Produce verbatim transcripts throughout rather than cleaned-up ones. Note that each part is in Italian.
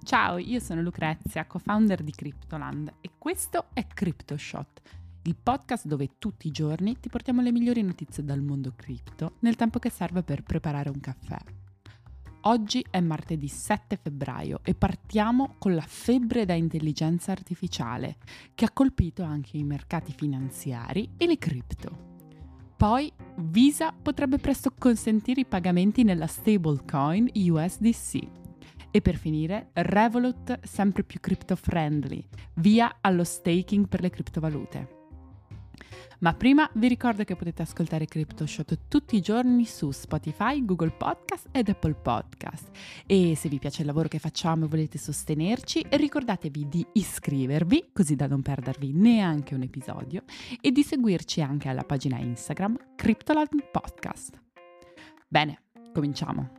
Ciao, io sono Lucrezia, co-founder di Cryptoland e questo è CryptoShot, il podcast dove tutti i giorni ti portiamo le migliori notizie dal mondo cripto nel tempo che serve per preparare un caffè. Oggi è martedì sette febbraio e partiamo con la febbre da intelligenza artificiale che ha colpito anche i mercati finanziari e le cripto. Poi Visa potrebbe presto consentire i pagamenti nella stablecoin U S D C. E per finire, Revolut sempre più crypto-friendly, via allo staking per le criptovalute. Ma prima vi ricordo che potete ascoltare CryptoShot tutti i giorni su Spotify, Google Podcast ed Apple Podcast. E se vi piace il lavoro che facciamo e volete sostenerci, ricordatevi di iscrivervi, così da non perdervi neanche un episodio, e di seguirci anche alla pagina Instagram Cryptoland Podcast. Bene, cominciamo.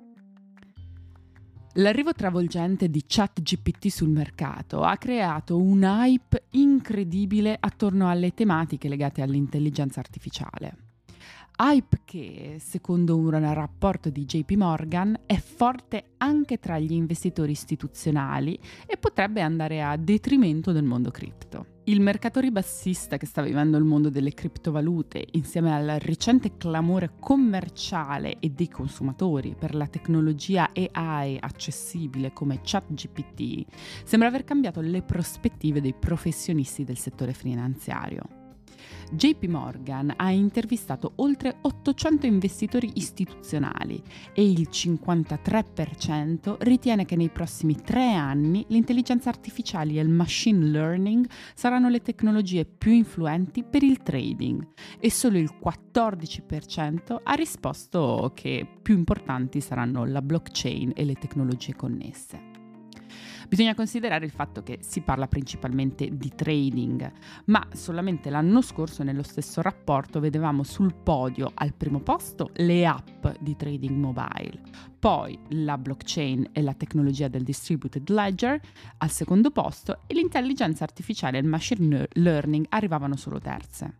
L'arrivo travolgente di ChatGPT sul mercato ha creato un hype incredibile attorno alle tematiche legate all'intelligenza artificiale. Hype che, secondo un rapporto di J P Morgan, è forte anche tra gli investitori istituzionali e potrebbe andare a detrimento del mondo cripto. Il mercato ribassista che sta vivendo il mondo delle criptovalute, insieme al recente clamore commerciale e dei consumatori per la tecnologia A I accessibile come ChatGPT, sembra aver cambiato le prospettive dei professionisti del settore finanziario. J P Morgan ha intervistato oltre ottocento investitori istituzionali e il cinquantatré per cento ritiene che nei prossimi tre anni l'intelligenza artificiale e il machine learning saranno le tecnologie più influenti per il trading e solo il quattordici per cento ha risposto che più importanti saranno la blockchain e le tecnologie connesse. Bisogna considerare il fatto che si parla principalmente di trading, ma solamente l'anno scorso nello stesso rapporto vedevamo sul podio al primo posto le app di trading mobile, poi la blockchain e la tecnologia del distributed ledger al secondo posto e l'intelligenza artificiale e il machine learning arrivavano solo terze.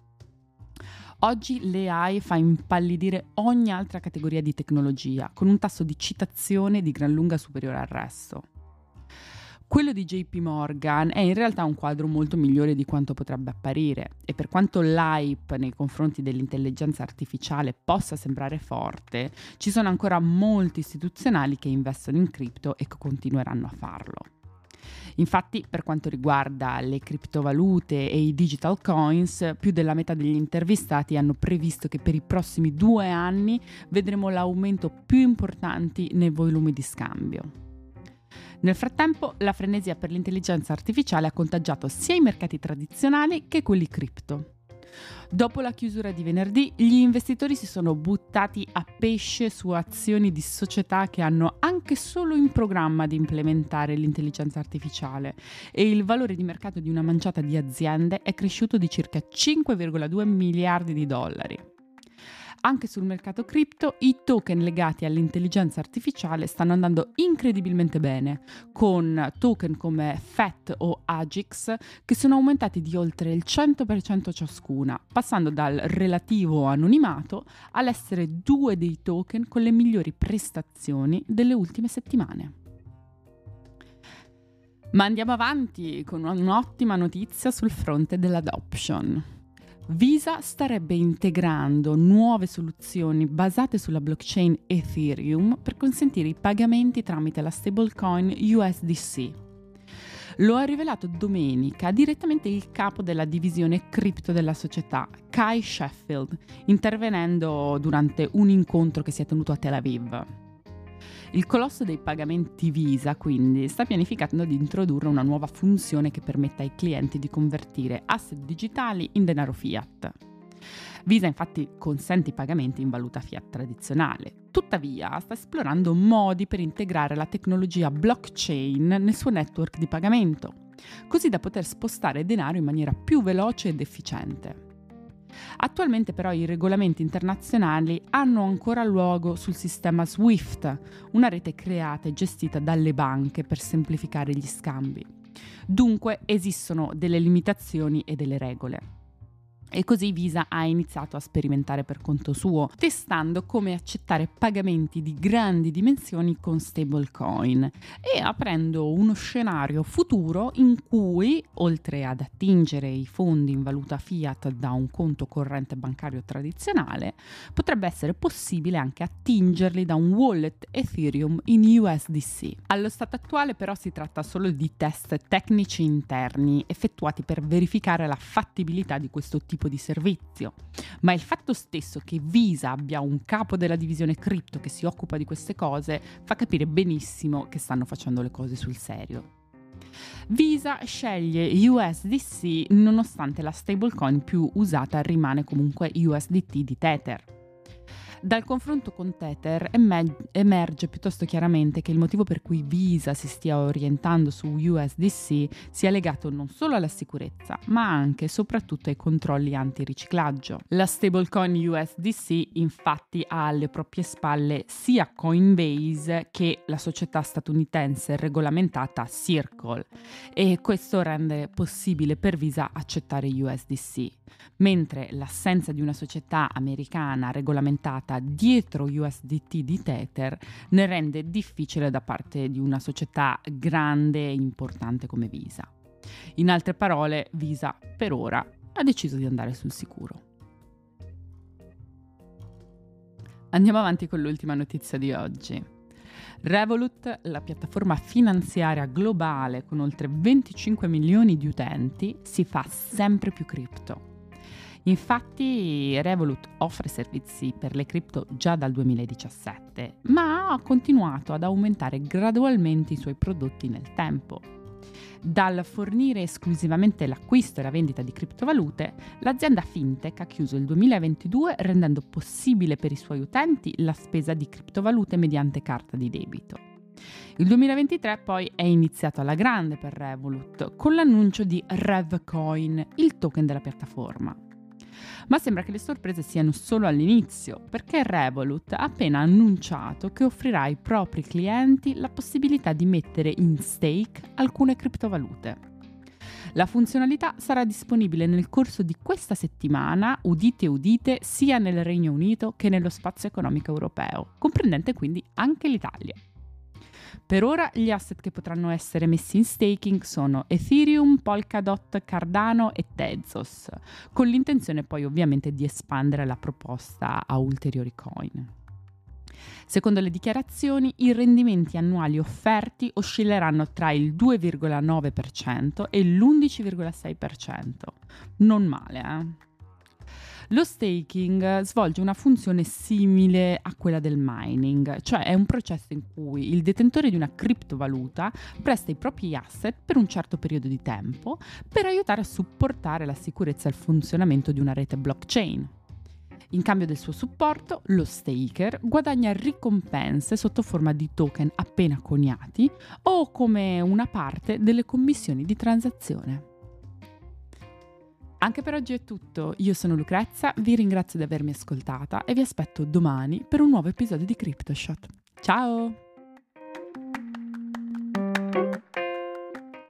Oggi l'A I fa impallidire ogni altra categoria di tecnologia, con un tasso di citazione di gran lunga superiore al resto. Quello di J P Morgan è in realtà un quadro molto migliore di quanto potrebbe apparire e per quanto l'hype nei confronti dell'intelligenza artificiale possa sembrare forte, ci sono ancora molti istituzionali che investono in cripto e che continueranno a farlo. Infatti, per quanto riguarda le criptovalute e i digital coins, più della metà degli intervistati hanno previsto che per i prossimi due anni vedremo l'aumento più importante nei volumi di scambio. Nel frattempo, la frenesia per l'intelligenza artificiale ha contagiato sia i mercati tradizionali che quelli cripto. Dopo la chiusura di venerdì, gli investitori si sono buttati a pesce su azioni di società che hanno anche solo in programma di implementare l'intelligenza artificiale e il valore di mercato di una manciata di aziende è cresciuto di circa cinque virgola due miliardi di dollari. Anche sul mercato cripto i token legati all'intelligenza artificiale stanno andando incredibilmente bene, con token come F E T o A G I X che sono aumentati di oltre il cento per cento ciascuna, passando dal relativo anonimato all'essere due dei token con le migliori prestazioni delle ultime settimane. Ma andiamo avanti con un'ottima notizia sul fronte dell'adoption. Visa starebbe integrando nuove soluzioni basate sulla blockchain Ethereum per consentire i pagamenti tramite la stablecoin U S D C. Lo ha rivelato domenica direttamente il capo della divisione cripto della società, Kai Sheffield, intervenendo durante un incontro che si è tenuto a Tel Aviv. Il colosso dei pagamenti Visa, quindi, sta pianificando di introdurre una nuova funzione che permetta ai clienti di convertire asset digitali in denaro fiat. Visa infatti consente i pagamenti in valuta fiat tradizionale, tuttavia sta esplorando modi per integrare la tecnologia blockchain nel suo network di pagamento, così da poter spostare denaro in maniera più veloce ed efficiente. Attualmente però i regolamenti internazionali hanno ancora luogo sul sistema SWIFT, una rete creata e gestita dalle banche per semplificare gli scambi. Dunque esistono delle limitazioni e delle regole. E così Visa ha iniziato a sperimentare per conto suo, testando come accettare pagamenti di grandi dimensioni con stablecoin e aprendo uno scenario futuro in cui, oltre ad attingere i fondi in valuta fiat da un conto corrente bancario tradizionale, potrebbe essere possibile anche attingerli da un wallet Ethereum in U S D C. Allo stato attuale però si tratta solo di test tecnici interni effettuati per verificare la fattibilità di questo tipo di servizio, ma il fatto stesso che Visa abbia un capo della divisione cripto che si occupa di queste cose fa capire benissimo che stanno facendo le cose sul serio. Visa sceglie U S D C nonostante la stablecoin più usata rimane comunque U S D T di Tether. Dal confronto con Tether emerge piuttosto chiaramente che il motivo per cui Visa si stia orientando su U S D C sia legato non solo alla sicurezza, ma anche e soprattutto ai controlli antiriciclaggio. La stablecoin U S D C infatti ha alle proprie spalle sia Coinbase che la società statunitense regolamentata Circle, e questo rende possibile per Visa accettare U S D C, mentre l'assenza di una società americana regolamentata dietro U S D T di Tether ne rende difficile da parte di una società grande e importante come Visa. In altre parole, Visa per ora ha deciso di andare sul sicuro. Andiamo avanti con l'ultima notizia di oggi. Revolut, la piattaforma finanziaria globale con oltre venticinque milioni di utenti, si fa sempre più cripto. Infatti Revolut offre servizi per le cripto già dal duemiladiciassette, ma ha continuato ad aumentare gradualmente i suoi prodotti nel tempo. Dal fornire esclusivamente l'acquisto e la vendita di criptovalute, l'azienda fintech ha chiuso il duemilaventidue rendendo possibile per i suoi utenti la spesa di criptovalute mediante carta di debito. Il duemilaventitré poi è iniziato alla grande per Revolut con l'annuncio di RevCoin, il token della piattaforma. Ma sembra che le sorprese siano solo all'inizio, perché Revolut ha appena annunciato che offrirà ai propri clienti la possibilità di mettere in stake alcune criptovalute. La funzionalità sarà disponibile nel corso di questa settimana, udite udite, sia nel Regno Unito che nello spazio economico europeo, comprendente quindi anche l'Italia. Per ora gli asset che potranno essere messi in staking sono Ethereum, Polkadot, Cardano e Tezos, con l'intenzione poi ovviamente di espandere la proposta a ulteriori coin. Secondo le dichiarazioni, i rendimenti annuali offerti oscilleranno tra il due virgola nove per cento e l'undici virgola sei per cento. Non male, eh? Lo staking svolge una funzione simile a quella del mining, cioè è un processo in cui il detentore di una criptovaluta presta i propri asset per un certo periodo di tempo per aiutare a supportare la sicurezza e il funzionamento di una rete blockchain. In cambio del suo supporto, lo staker guadagna ricompense sotto forma di token appena coniati o come una parte delle commissioni di transazione. Anche per oggi è tutto, io sono Lucrezia, vi ringrazio di avermi ascoltata e vi aspetto domani per un nuovo episodio di CryptoShot. Ciao!